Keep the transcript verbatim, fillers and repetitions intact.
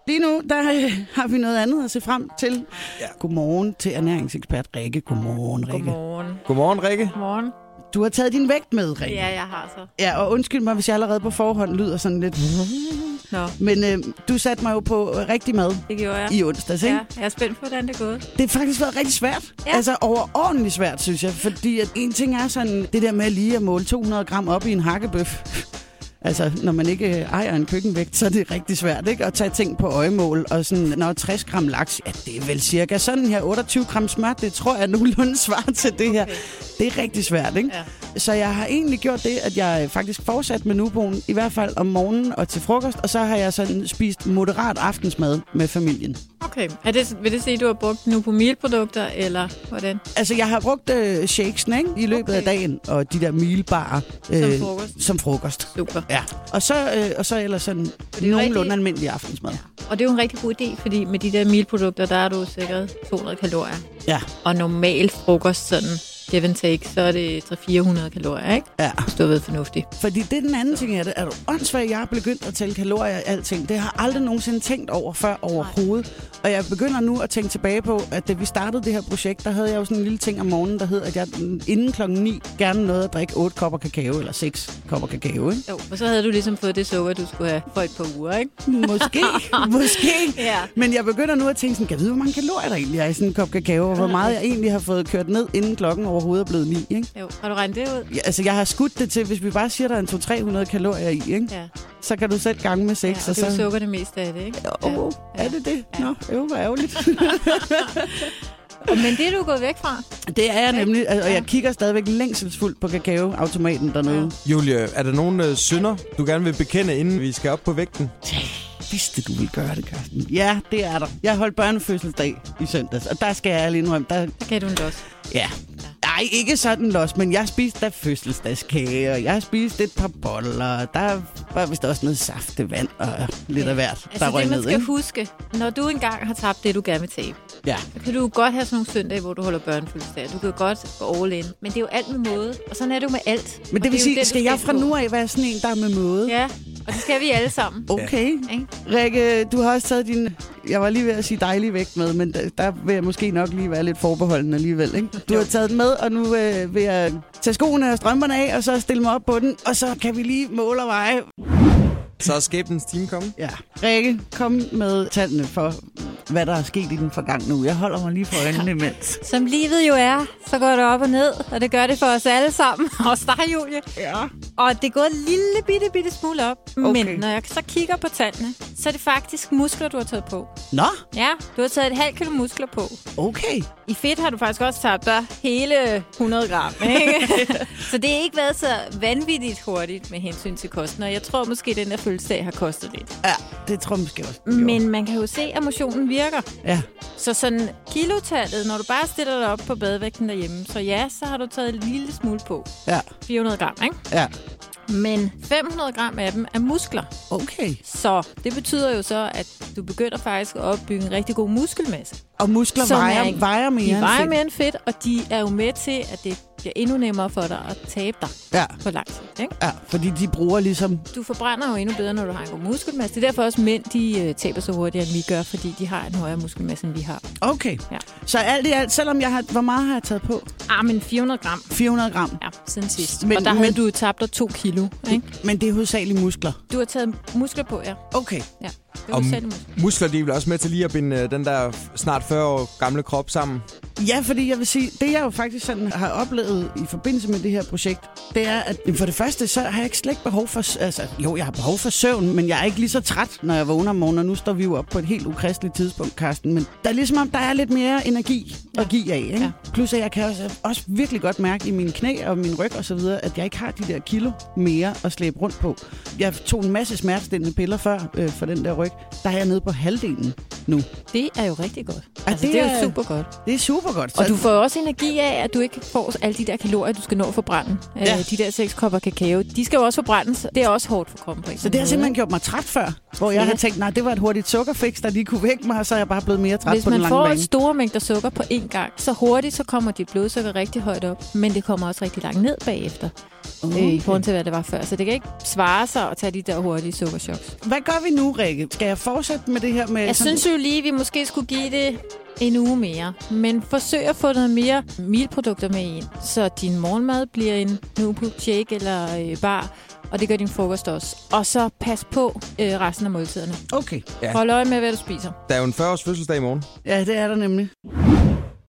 Lige nu, der øh, har vi noget andet at se frem til. Ja. Godmorgen til ernæringsekspert Rikke. Godmorgen, Rikke. Godmorgen. Godmorgen, Rikke. Godmorgen. Du har taget din vægt med, Rikke. Ja, jeg har så. Ja, og undskyld mig, hvis jeg allerede på forhånd lyder sådan lidt... Nå. Men øh, du satte mig jo på rigtig mad Det gjorde jeg. i onsdags, ikke? Ja, jeg er spændt på, hvordan det er gået. Det har faktisk været rigtig svært. Ja. Altså overordentligt svært, synes jeg. Fordi at en ting er sådan, det der med lige at måle to hundrede gram op i en hakkebøf. Altså, når man ikke ejer en køkkenvægt, så er det rigtig svært, ikke? At tage ting på øjemål. Og sådan, når tres gram laks, ja, det er vel cirka sådan her. otteogtyve gram smør, det tror jeg nogenlunde svarer til det her. Okay. Det er rigtig svært, ikke? Ja. Så jeg har egentlig gjort det, at jeg faktisk fortsat med Nuboen, i hvert fald om morgenen og til frokost. Og så har jeg sådan spist moderat aftensmad med familien. Okay. Er det, vil det sige, at du har brugt Nubo mealprodukter, eller hvordan? Altså, jeg har brugt øh, shakesen, ikke? I løbet okay. af dagen, og de der mealbarer. Øh, Som frokost? Som frokost. Super. Ja. Og så, øh, og så ellers sådan nogenlunde rigtig... almindelig aftensmad. Ja. Og det er jo en rigtig god idé, fordi med de der mealprodukter, der er du sikkert to hundrede kalorier. Ja. Og normal frokost, sådan give and take, så er det tre til fire hundrede kalorier, ikke? Ja. Hvis du har været fornuftig. Fordi det er den anden ting af det. Er du åndssvagt, jeg har begyndt at tælle kalorier og alting. Det har jeg aldrig nogensinde tænkt over før overhovedet. Og jeg begynder nu at tænke tilbage på, at da vi startede det her projekt, der havde jeg jo sådan en lille ting om morgenen, der hed, at jeg inden klokken ni gerne nåede at drikke otte kopper kakao, eller seks kopper kakao, ikke? Jo, og så havde du ligesom fået det sukker, du skulle have for et par uger, ikke? Måske, måske. Ja. Men jeg begynder nu at tænke sådan, kan jeg vide, hvor mange kalorier der egentlig er i sådan en kop kakao, og hvor meget jeg egentlig har fået kørt ned, inden klokken overhovedet er blevet ni, ikke? Jo, har du regnet det ud? Ja, altså, jeg har skudt det til, hvis vi bare siger, der er en to til tre hundrede kalorier i, ikke? Ja. Så kan du selv gange med seks. Ja, og det er så... jo sukker det meste af det, ikke? Jo, ja. Er det det? Ja. Nå, jo, hvor ærgerligt. Men det er du gået væk fra? Det er jeg nemlig, og jeg kigger stadigvæk længselsfuldt på kakaoautomaten dernede. Ja. Julie, er der nogle øh, synder, du gerne vil bekende, inden vi skal op på vægten? Vidste du ville gøre det, Karsten? Ja, det er der. Jeg holdt børnefødselsdag i søndags, og der skal jeg lige indrømme. Der... Der kan du en los. Ja. Nej, ikke sådan los, men jeg spiste da fødselsdagskage, og jeg spiste et par boller. Der var vist også noget saftevand og lidt af hvert, altså der røg det, man ned, skal ikke? huske, når du engang har tabt det, du gerne vil tabe, ja. så kan du godt have sådan nogle søndage, hvor du holder børnefødselsdag. Du kan godt gå all in, men det er jo alt med måde, og sådan er det jo med alt. Men det vil sige, den, skal jeg fra nu af være sådan en, der er med måde? Ja, og det skal vi alle sammen. Okay. Ja. Rikke, du har også taget din, jeg var lige ved at sige dejlig vægt med, men der, der vil jeg måske nok lige være lidt forbeholden alligevel, ikke? Du har taget den med, og nu øh, vil jeg tage skoene og strømperne af, og så stille mig op på den, og så kan vi lige måle og veje. Så er skæbnens time kommet. Ja. Rikke, kom med tallene for, hvad der er sket i den forgangne uge. Jeg holder mig lige for øjnene imens. Som livet jo er, så går det op og ned, og det gør det for os alle sammen. Også dig, Julie. Ja. Og det er gået en lille bitte, bitte smule op. Okay. Men når jeg så kigger på tallene, så er det faktisk muskler, du har taget på. Nå? Ja, du har taget et halvt kilo muskler på. Okay. I fedt har du faktisk også tabt dig hele hundrede gram, ikke? Så det har ikke været så vanvittigt hurtigt med hensyn til kosten, og jeg tror måske, den der fødselsdag har kostet lidt. Ja, det tror jeg måske også. Men man kan jo se, at motionen virker. Ja. Så sådan kilotallet, når du bare stiller dig op på badevægten derhjemme, så ja, så har du taget en lille smule på. Ja. fire hundrede gram, ikke? Ja. Men fem hundrede gram af dem er muskler. Okay. Så det betyder jo så, at du begynder faktisk at opbygge en rigtig god muskelmasse. Og muskler vejer, en, vejer mere de end vejer fedt. mere end fedt, og de er jo med til, at det bliver endnu nemmere for dig at tabe dig Ja. på lang tid. Ikke? Ja, fordi de bruger ligesom... Du forbrænder jo endnu bedre, når du har en god muskelmasse. Det er derfor også mænd, de øh, taber så hurtigere, end vi gør, fordi de har en højere muskelmasse, end vi har. Okay. Ja. Så alt i alt, selvom jeg har... Hvor meget har jeg taget på? Ah, men fire hundrede gram. fire hundrede gram. Ja, siden sidst. Men- og der havde men- du tabt dig to kilo, ikke? Men det er hovedsageligt muskler. Du har taget muskler på, ja. Okay. Ja, det er Og hovedsageligt muskler. muskler, de er vel også med til lige at binde øh, den der snart fyrre år gamle krop sammen. Ja, fordi jeg vil sige, det jeg jo faktisk sådan har oplevet i forbindelse med det her projekt, det er, at for det første, så har jeg ikke slet ikke behov for... Altså, jo, jeg har behov for søvn, men jeg er ikke lige så træt, når jeg vågner om morgenen, og nu står vi jo op på et helt ukristeligt tidspunkt, Karsten. Men der er ligesom om, der er lidt mere energi ja. at give af, ikke? Ja. Plus, at jeg kan også, også virkelig godt mærke i mine knæ og min ryg og så videre, at jeg ikke har de der kilo mere at slæbe rundt på. Jeg tog en masse smertestillende piller før øh, for den der ryg. Der er jeg nede på halvdelen nu. Det er jo rigtig godt. Ja, Altså, det det er er- jo super godt. Det er super hvor godt. Og du får også energi af, at du ikke får alle de der kalorier, du skal nå at forbrænde. Ja. Øh, de der seks kopper kakao, de skal jo også forbrændes. Det er også hårdt for kroppen på en Så det har simpelthen gjort mig træt før, hvor jeg Ja. har tænkt, nej, det var et hurtigt sukkerfix, der lige kunne vække mig, og så er jeg bare blevet mere træt Hvis på den man lange får bane. store mængder sukker på én gang, så hurtigt, så kommer dit blodsukker rigtig højt op. Men det kommer også rigtig langt ned bagefter, Okay. øh, i forhold til, hvad det var før. Så det kan ikke svare sig at tage de der hurtige sukkerchoks. Hvad gør vi nu, Rikke? Skal jeg fortsætte med det her med... Jeg sådan- synes jo lige, vi måske skulle give det en uge mere. Men forsøg at få noget mere mealprodukter med ind, så din morgenmad bliver en Nubo shake eller øh, bar, og det gør din frokost også. Og så pas på øh, resten af måltiderne. Okay. Ja. Hold øje med, hvad du spiser. Der er jo en fyrre års fødselsdag i morgen. Ja, det er der nemlig.